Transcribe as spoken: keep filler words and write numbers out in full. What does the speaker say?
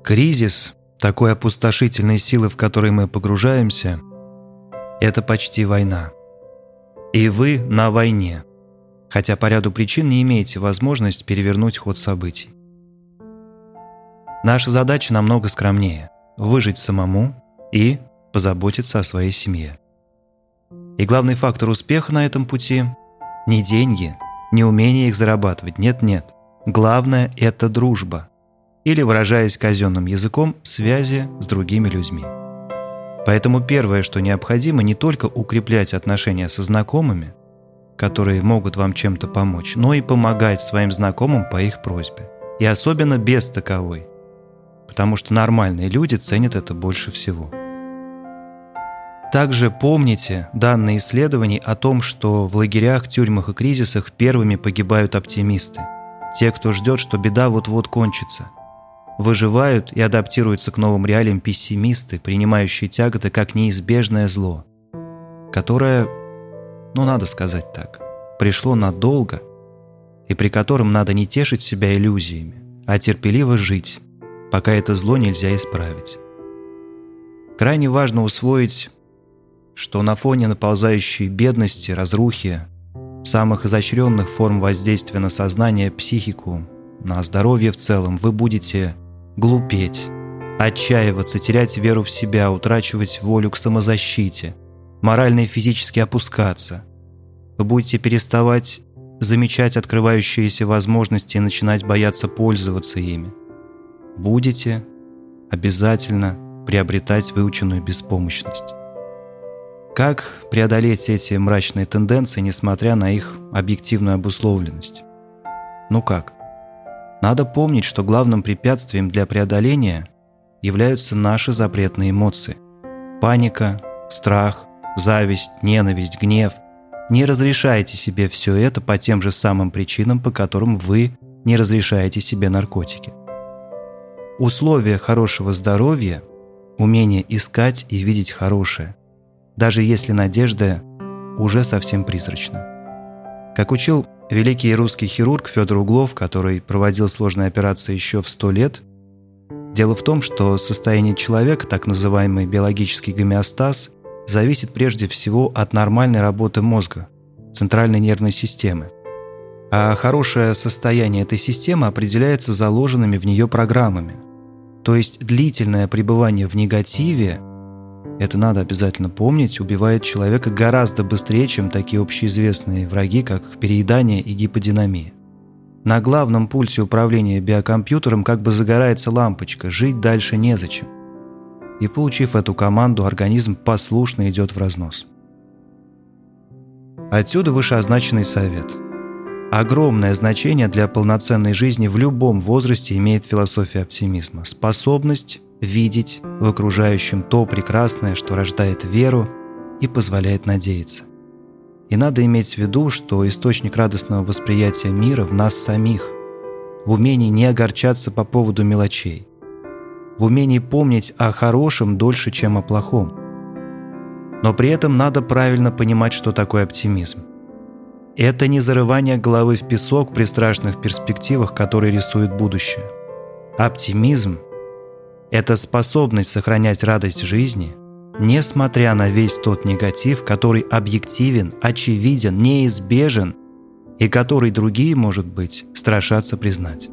Кризис, такой опустошительной силы, в которой мы погружаемся, это почти война. И вы на войне, хотя по ряду причин не имеете возможность перевернуть ход событий. Наша задача намного скромнее – выжить самому и позаботиться о своей семье. И главный фактор успеха на этом пути – не деньги, не умение их зарабатывать, нет-нет. Главное – это дружба. Или, выражаясь казенным языком, связи с другими людьми. Поэтому первое, что необходимо, не только укреплять отношения со знакомыми, которые могут вам чем-то помочь, но и помогать своим знакомым по их просьбе. И особенно без таковой, потому что нормальные люди ценят это больше всего. Также помните данные исследований о том, что в лагерях, тюрьмах и кризисах первыми погибают оптимисты, те, кто ждет, что беда вот-вот кончится. Выживают и адаптируются к новым реалиям пессимисты, принимающие тяготы как неизбежное зло, которое, ну надо сказать так, пришло надолго, и при котором надо не тешить себя иллюзиями, а терпеливо жить, пока это зло нельзя исправить. Крайне важно усвоить, что на фоне наползающей бедности, разрухи, самых изощренных форм воздействия на сознание, психику, на здоровье в целом, вы будете глупеть, отчаиваться, терять веру в себя, утрачивать волю к самозащите, морально и физически опускаться. Вы будете переставать замечать открывающиеся возможности и начинать бояться пользоваться ими. Будете обязательно приобретать выученную беспомощность. Как преодолеть эти мрачные тенденции, несмотря на их объективную обусловленность? Ну как? Надо помнить, что главным препятствием для преодоления являются наши запретные эмоции. Паника, страх, зависть, ненависть, гнев. Не разрешайте себе все это по тем же самым причинам, по которым вы не разрешаете себе наркотики. Условия хорошего здоровья – умение искать и видеть хорошее, даже если надежда уже совсем призрачна. Как учил великий русский хирург Федор Углов, который проводил сложные операции еще в сто лет, дело в том, что состояние человека, так называемый биологический гомеостаз, зависит прежде всего от нормальной работы мозга, центральной нервной системы. А хорошее состояние этой системы определяется заложенными в нее программами. То есть длительное пребывание в негативе, это надо обязательно помнить, убивает человека гораздо быстрее, чем такие общеизвестные враги, как переедание и гиподинамия. На главном пульсе управления биокомпьютером как бы загорается лампочка «Жить дальше незачем». И, получив эту команду, организм послушно идет в разнос. Отсюда вышеозначенный совет. Огромное значение для полноценной жизни в любом возрасте имеет философия оптимизма. Способность видеть в окружающем то прекрасное, что рождает веру и позволяет надеяться. И надо иметь в виду, что источник радостного восприятия мира в нас самих, в умении не огорчаться по поводу мелочей, в умении помнить о хорошем дольше, чем о плохом. Но при этом надо правильно понимать, что такое оптимизм. Это не зарывание головы в песок при страшных перспективах, которые рисуют будущее. Оптимизм – это способность сохранять радость жизни, несмотря на весь тот негатив, который объективен, очевиден, неизбежен и который другие, может быть, страшатся признать.